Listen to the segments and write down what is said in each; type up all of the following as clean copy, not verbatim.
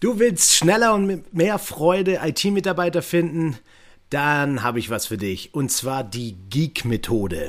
Du willst schneller und mit mehr Freude IT-Mitarbeiter finden? Dann habe ich was für dich, und zwar die Geek-Methode.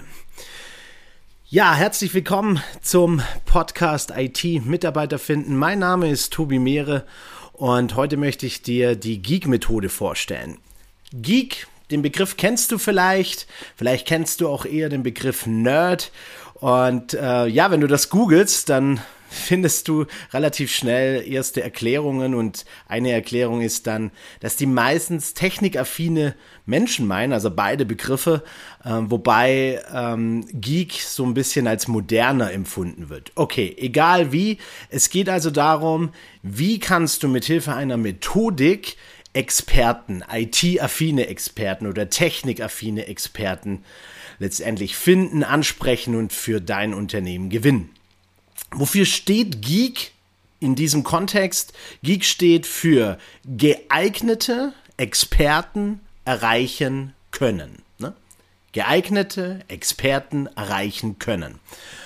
Ja, herzlich willkommen zum Podcast IT-Mitarbeiter finden. Mein Name ist Tobi Mehre und heute möchte ich dir die Geek-Methode vorstellen. Geek, den Begriff kennst du vielleicht kennst du auch eher den Begriff Nerd. Und wenn du das googelst, dann findest du relativ schnell erste Erklärungen, und eine Erklärung ist dann, dass die meistens technikaffine Menschen meinen, also beide Begriffe, wobei Geek so ein bisschen als moderner empfunden wird. Okay, egal wie, es geht also darum, wie kannst du mithilfe einer Methodik Experten, IT-affine Experten oder technikaffine Experten letztendlich finden, ansprechen und für dein Unternehmen gewinnen. Wofür steht Geek in diesem Kontext? Geek steht für geeignete Experten erreichen können. Ne? Geeignete Experten erreichen können.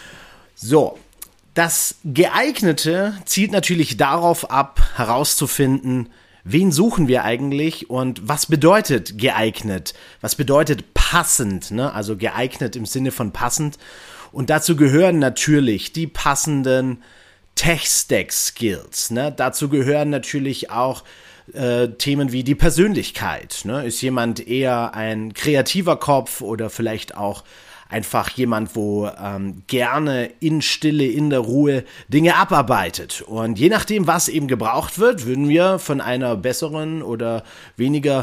So, das Geeignete zielt natürlich darauf ab, herauszufinden, wen suchen wir eigentlich und was bedeutet geeignet? Was bedeutet passend? Ne? Also geeignet im Sinne von passend. Und dazu gehören natürlich die passenden Tech-Stack-Skills. Ne? Dazu gehören natürlich auch Themen wie die Persönlichkeit. Ne? Ist jemand eher ein kreativer Kopf oder vielleicht auch einfach jemand, wo gerne in Stille, in der Ruhe Dinge abarbeitet. Und je nachdem, was eben gebraucht wird, würden wir von einer besseren oder weniger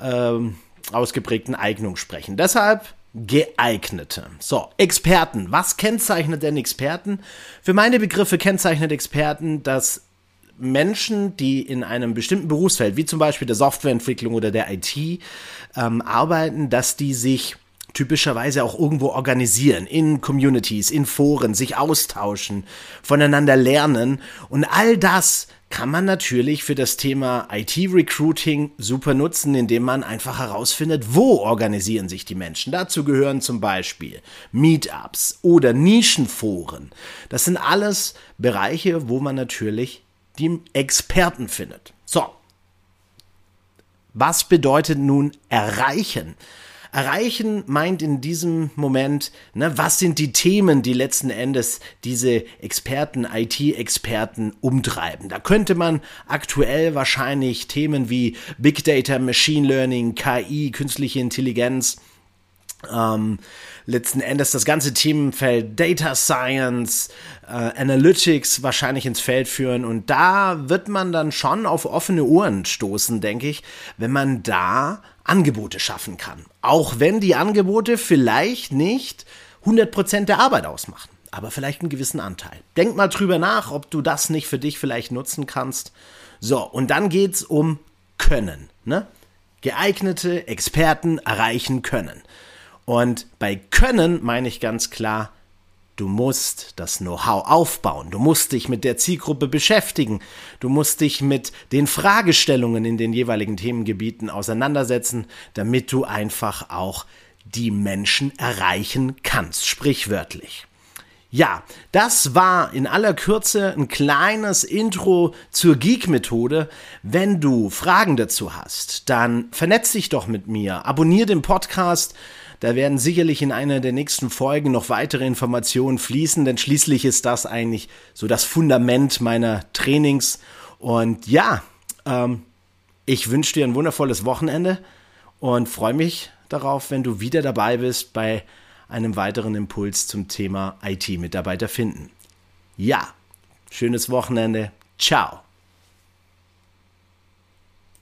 ausgeprägten Eignung sprechen. Deshalb geeignete. So, Experten. Was kennzeichnet denn Experten? Für meine Begriffe kennzeichnet Experten, dass Menschen, die in einem bestimmten Berufsfeld, wie zum Beispiel der Softwareentwicklung oder der IT, arbeiten, dass die sich typischerweise auch irgendwo organisieren, in Communities, in Foren, sich austauschen, voneinander lernen. Und all das kann man natürlich für das Thema IT-Recruiting super nutzen, indem man einfach herausfindet, wo organisieren sich die Menschen. Dazu gehören zum Beispiel Meetups oder Nischenforen. Das sind alles Bereiche, wo man natürlich die Experten findet. So, was bedeutet nun erreichen? Erreichen meint in diesem Moment, was sind die Themen, die letzten Endes diese Experten, IT-Experten umtreiben. Da könnte man aktuell wahrscheinlich Themen wie Big Data, Machine Learning, KI, künstliche Intelligenz, letzten Endes das ganze Themenfeld Data Science, Analytics wahrscheinlich ins Feld führen. Und da wird man dann schon auf offene Ohren stoßen, denke ich, wenn man da Angebote schaffen kann. Auch wenn die Angebote vielleicht nicht 100% der Arbeit ausmachen, aber vielleicht einen gewissen Anteil. Denk mal drüber nach, ob du das nicht für dich vielleicht nutzen kannst. So, und dann geht's um Können. Ne? Geeignete Experten erreichen können. Und bei Können meine ich ganz klar, du musst das Know-how aufbauen, du musst dich mit der Zielgruppe beschäftigen, du musst dich mit den Fragestellungen in den jeweiligen Themengebieten auseinandersetzen, damit du einfach auch die Menschen erreichen kannst, sprichwörtlich. Ja, das war in aller Kürze ein kleines Intro zur Geek-Methode. Wenn du Fragen dazu hast, dann vernetz dich doch mit mir, abonniere den Podcast. Da werden sicherlich in einer der nächsten Folgen noch weitere Informationen fließen, denn schließlich ist das eigentlich so das Fundament meiner Trainings. Und ja, ich wünsche dir ein wundervolles Wochenende und freue mich darauf, wenn du wieder dabei bist bei einem weiteren Impuls zum Thema IT-Mitarbeiter finden. Ja, schönes Wochenende. Ciao.